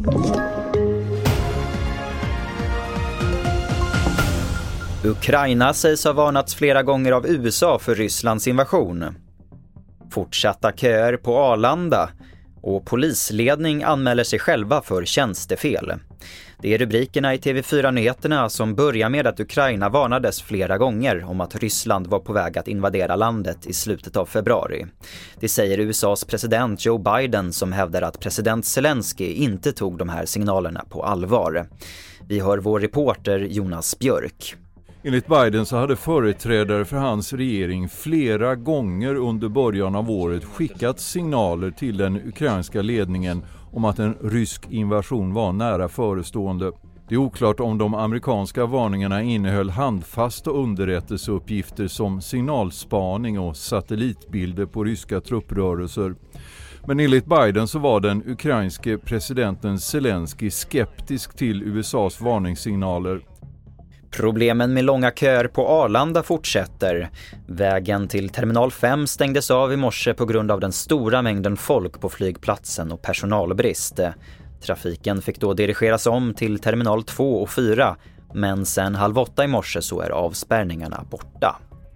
Ukraina sägs ha varnats flera gånger av USA för Rysslands invasion. Fortsatta köer på Arlanda och polisledning anmäler sig själva för tjänstefel. Det är rubrikerna i TV4-nyheterna som börjar med att Ukraina varnades flera gånger om att Ryssland var på väg att invadera landet i slutet av februari. Det säger USAs president Joe Biden som hävdar att president Zelensky inte tog de här signalerna på allvar. Vi hör vår reporter Jonas Björk. Enligt Biden så hade företrädare för hans regering flera gånger under början av året skickat signaler till den ukrainska ledningen om att en rysk invasion var nära förestående. Det är oklart om de amerikanska varningarna innehöll handfasta underrättelseuppgifter som signalspaning och satellitbilder på ryska trupprörelser. Men enligt Biden så var den ukrainske presidenten Zelensky skeptisk till USAs varningssignaler. Problemen med långa köer på Arlanda fortsätter. Vägen till terminal 5 stängdes av i morse på grund av den stora mängden folk på flygplatsen och personalbrist. Trafiken fick då dirigeras om till terminal 2 och 4, men sen 7:30 i morse så är avspärrningarna borta.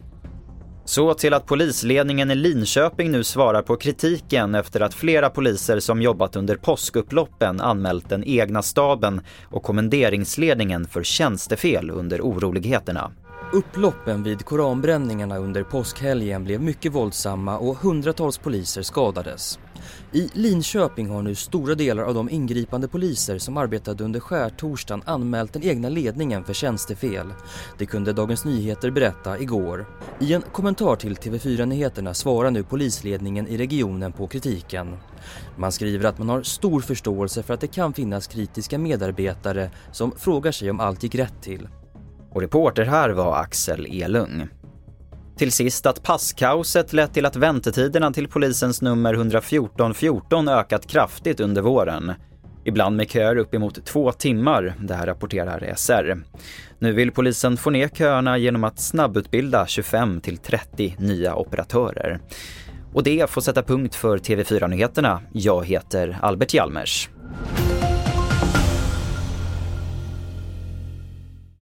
Så till att polisledningen i Linköping nu svarar på kritiken efter att flera poliser som jobbat under påskupploppen anmält den egna staben och kommenderingsledningen för tjänstefel under oroligheterna. Upploppen vid koranbränningarna under påskhelgen blev mycket våldsamma och hundratals poliser skadades. I Linköping har nu stora delar av de ingripande poliser som arbetade under skärtorsdagen anmält den egna ledningen för tjänstefel. Det kunde Dagens Nyheter berätta igår. I en kommentar till TV4-nyheterna svarar nu polisledningen i regionen på kritiken. Man skriver att man har stor förståelse för att det kan finnas kritiska medarbetare som frågar sig om allt gick rätt till. Och reporter här var Axel Elung. Till sist att passkaoset lett till att väntetiderna till polisens nummer 11414 ökat kraftigt under våren. Ibland med köer uppemot 2 timmar, det här rapporterar SR. Nu vill polisen få ner köerna genom att snabbutbilda 25-30 nya operatörer. Och det får sätta punkt för TV4-nyheterna. Jag heter Albert Hjalmers.